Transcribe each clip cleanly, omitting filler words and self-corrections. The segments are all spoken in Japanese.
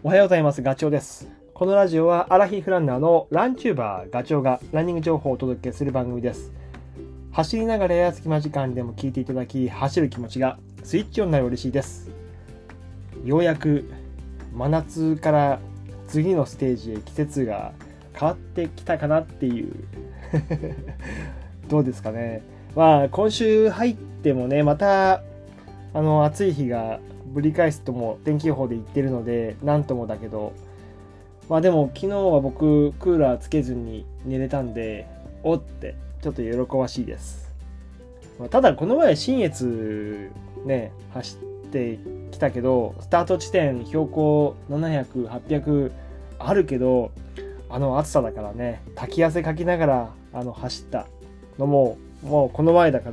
おはようございます。ガチョウです。このラジオはアラヒフランナーのランチューバーガチョウがランニング情報をお届けする番組です。走りながらや隙間時間でも聞いていただき、走る気持ちがスイッチオンになる嬉しいです。ようやく真夏から次のステージへ季節が変わってきたかなっていうどうですかね。今週入ってもね、また暑い日がぶり返すとも天気予報で言ってるのでなんともだけど、でも昨日は僕クーラーつけずに寝れたんでおってちょっと喜ばしいです。ただこの前信越ね走ってきたけど、スタート地点標高700、800あるけど暑さだからね、滝汗かきながら走ったのももうこの前だから、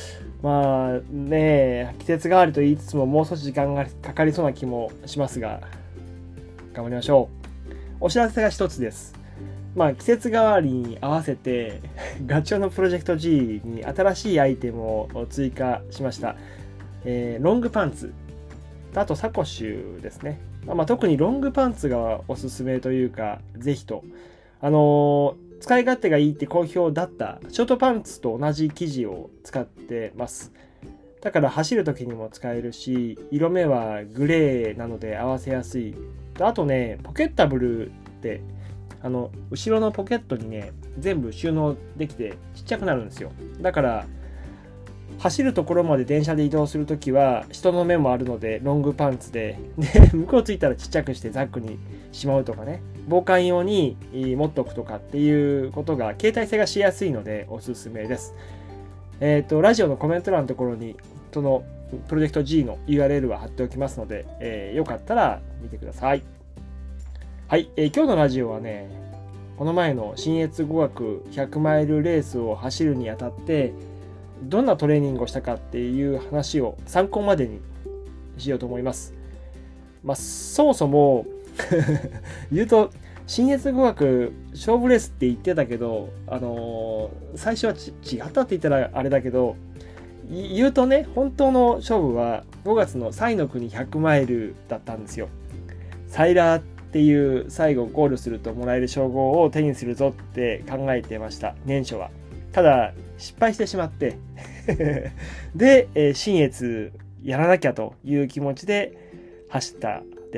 季節変わりと言いつつももう少し時間がかかりそうな気もしますが、頑張りましょう。お知らせが一つです。季節変わりに合わせてガチョウのプロジェクト G に新しいアイテムを追加しました。ロングパンツ、あとサコッシュですね。特にロングパンツがおすすめというか、ぜひと。使い勝手がいいって好評だったショートパンツと同じ生地を使ってます。だから走る時にも使えるし、色目はグレーなので合わせやすい。あとね、ポケッタブルって後ろのポケットにね全部収納できてちっちゃくなるんですよ。だから走るところまで電車で移動するときは人の目もあるのでロングパンツで向こう着いたらちっちゃくしてザックにしまうとかね、防寒用に持っておくとかっていうことが携帯性がしやすいのでおすすめです。ラジオのコメント欄のところにそのプロジェクト G の URL は貼っておきますので、よかったら見てください。はい、今日のラジオはね、この前の信越語学100マイルレースを走るにあたってどんなトレーニングをしたかっていう話を参考までにしようと思います。そもそも言うと信越語学勝負レースって言ってたけど、最初は違ったって言ったらあれだけど、言うとね、本当の勝負は5月の彩の国100マイルだったんですよ。サイラーっていう最後ゴールするともらえる称号を手にするぞって考えてました、年初は。ただ失敗してしまってで、信越やらなきゃという気持ちで走ったです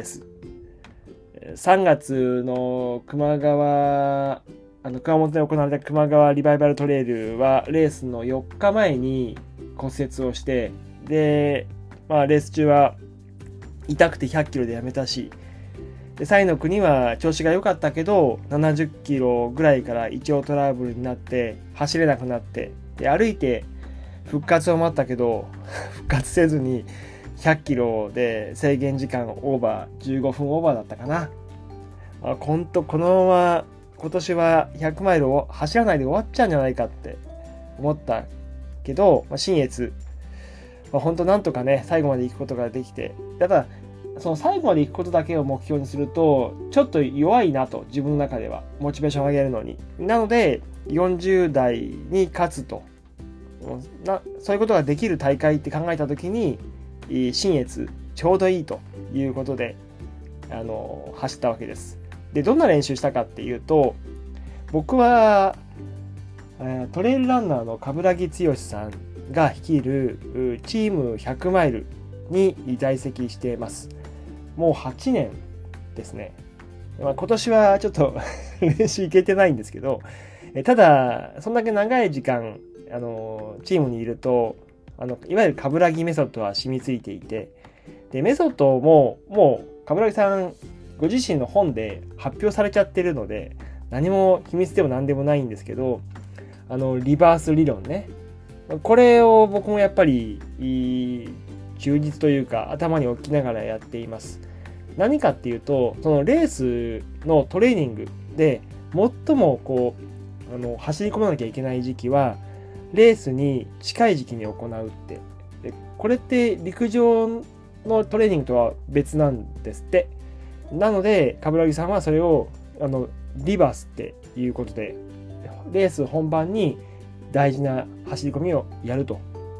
。3月の熊本で行われた球磨川リバイバルトレイルはレースの4日前に骨折をして、で、レース中は痛くて100キロでやめたし、で彩の国は調子が良かったけど70キロぐらいから胃腸トラブルになって走れなくなって、で歩いて復活を待ったけど復活せずに100キロで制限時間オーバー、15分オーバーだったかな。このまま今年は100マイルを走らないで終わっちゃうんじゃないかって思ったけど、信越本当なんとかね最後まで行くことができて、ただその最後まで行くことだけを目標にするとちょっと弱いなと、自分の中ではモチベーションを上げるのに。なので40代に勝つと、そういうことができる大会って考えた時に信越ちょうどいいということで走ったわけです。でどんな練習したかっていうと、僕はトレイルランナーの冠城剛さんが率いるチーム100マイルに在籍しています。もう8年ですね。今年はちょっと練習行けてないんですけど、ただそんだけ長い時間チームにいるといわゆる冠城メソッドは染みついていて、でメソッドももう冠城さんご自身の本で発表されちゃってるので何も秘密でも何でもないんですけど、リバース理論ね、これを僕もやっぱり充実というか頭に置きながらやっています。何かっていうと、そのレースのトレーニングで最も走り込まなきゃいけない時期はレースに近い時期に行うって。でこれって陸上のトレーニングとは別なんですって。なので冠城さんはそれをリバースっていうことでレース本番に大事な走り込みをやると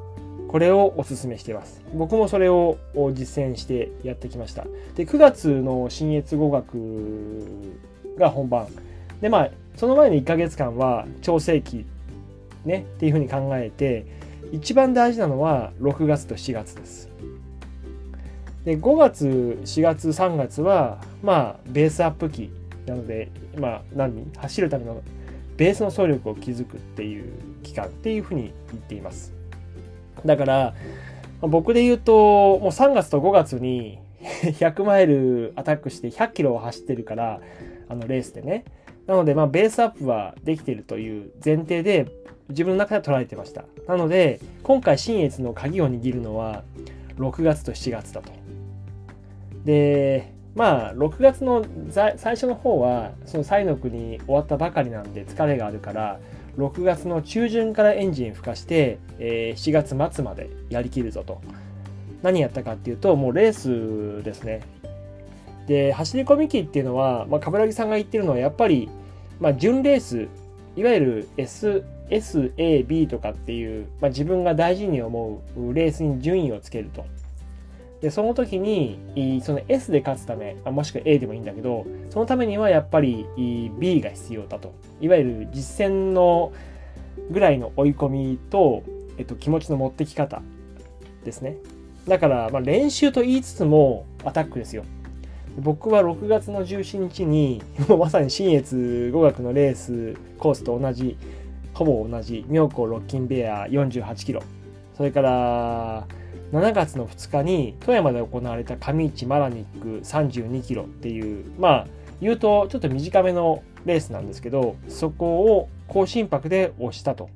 これをお勧めしています。僕もそれを実践してやってきました。で、9月の信越語学が本番。で、その前の1ヶ月間は調整期ねっていうふうに考えて、一番大事なのは6月と7月です。で、5月、4月、3月は、ベースアップ期なので、走るためのベースの走力を築くっていう期間っていうふうに言っています。だから、僕で言うと、もう3月と5月に100マイルアタックして100キロを走ってるから、レースでね。なので、ベースアップはできているという前提で、自分の中で捉えてました。なので、今回信越の鍵を握るのは、6月と7月だと。で、6月の最初の方は、その西の国終わったばかりなんで疲れがあるから、6月の中旬からエンジン吹かして、7月末までやりきるぞと。何やったかっていうと、もうレースですね。で、走り込み機っていうのは、冠城さんが言ってるのは、やっぱり、準レース、いわゆる S、A、B とかっていう、自分が大事に思うレースに順位をつけると。で、その時に、その S で勝つため、もしくは A でもいいんだけど、そのためにはやっぱり B が必要だと。いわゆる実践のぐらいの追い込みと、気持ちの持ってき方ですね。だから、練習と言いつつもアタックですよ。僕は6月の17日に、もうまさに信越語学のレースコースと同じ、ほぼ同じ、妙高ロッキンベア48キロ。それから、7月の2日に富山で行われた上市マラニック32キロっていう、言うとちょっと短めのレースなんですけど、そこを高心拍で押したと。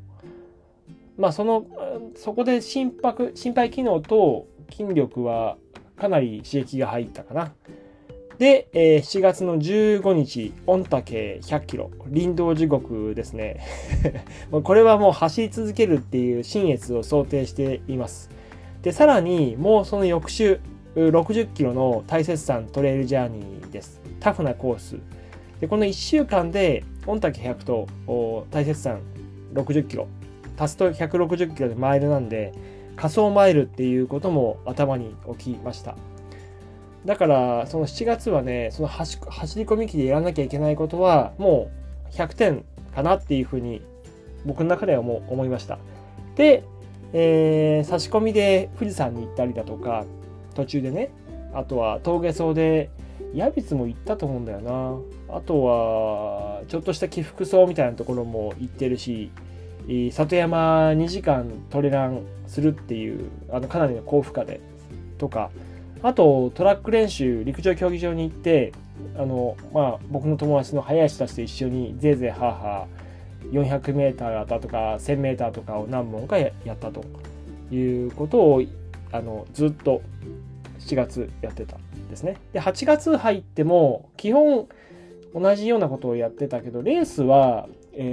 そこで心肺機能と筋力はかなり刺激が入ったかな。で、7月の15日、御嶽100キロ、林道地獄ですね。これはもう走り続けるっていう信越を想定しています。で、さらに、もうその翌週、60キロの大雪山トレイルジャーニーです。タフなコース。で、この1週間で、御嶽100と大雪山60キロ、足すと160キロでマイルなんで、仮想マイルっていうことも頭に置きました。だから、その7月はね、その走り込み機でやらなきゃいけないことは、もう100点かなっていうふうに、僕の中ではもう思いました。で、差し込みで富士山に行ったりだとか、途中でね、あとは峠走で、矢櫃も行ったと思うんだよな。あとは、ちょっとした起伏走みたいなところも行ってるし、里山2時間トレランするっていう、かなりの高負荷で、とか、あとトラック練習、陸上競技場に行って、僕の友達の速い人たちと一緒にぜいぜいはーはー、400メーターだとか1000メーターとかを何本かやったということをずっと7月やってたんですね。で、8月入っても基本同じようなことをやってたけど、レースは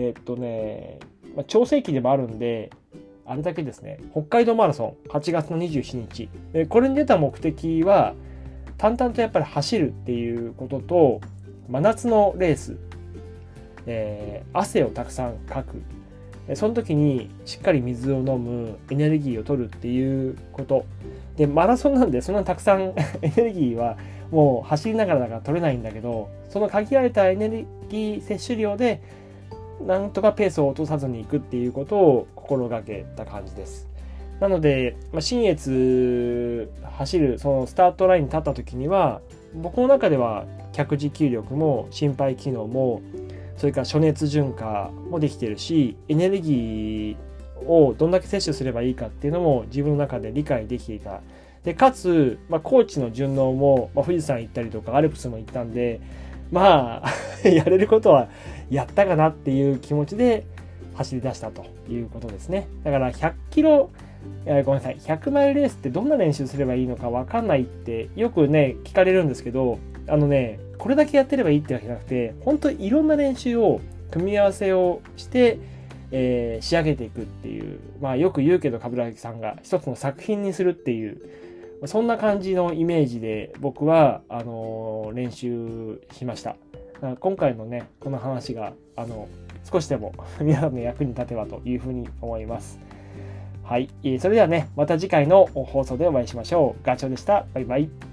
調整期でもあるんで、あれだけですね、北海道マラソン8月の27日。これに出た目的は、淡々とやっぱり走るっていうことと、真夏のレース、汗をたくさんかく。その時にしっかり水を飲む、エネルギーを取るっていうこと。で、マラソンなんでそんなたくさんエネルギーはもう走りながらだから取れないんだけど、その限られたエネルギー摂取量で、なんとかペースを落とさずにいくっていうことを心がけた感じです。なので、信越走るそのスタートラインに立った時には、僕の中では脚持久力も心肺機能も、それから暑熱順化もできてるし、エネルギーをどんだけ摂取すればいいかっていうのも自分の中で理解できていた。で、かつ、高知の順応も、富士山行ったりとかアルプスも行ったんで、やれることはやったかなっていう気持ちで走り出したということですね。だから100キロ、ごめんなさい、100マイルレースってどんな練習すればいいのか分かんないってよくね、聞かれるんですけど、これだけやってればいいってわけじゃなくて、本当にいろんな練習を組み合わせをして、仕上げていくっていう、よく言うけど、冠城さんが一つの作品にするっていう、そんな感じのイメージで僕は、練習しました。今回のね、この話が、少しでも皆さんの役に立てばというふうに思います。 はい、それではね、また次回の放送でお会いしましょう。ガチョウでした。バイバイ。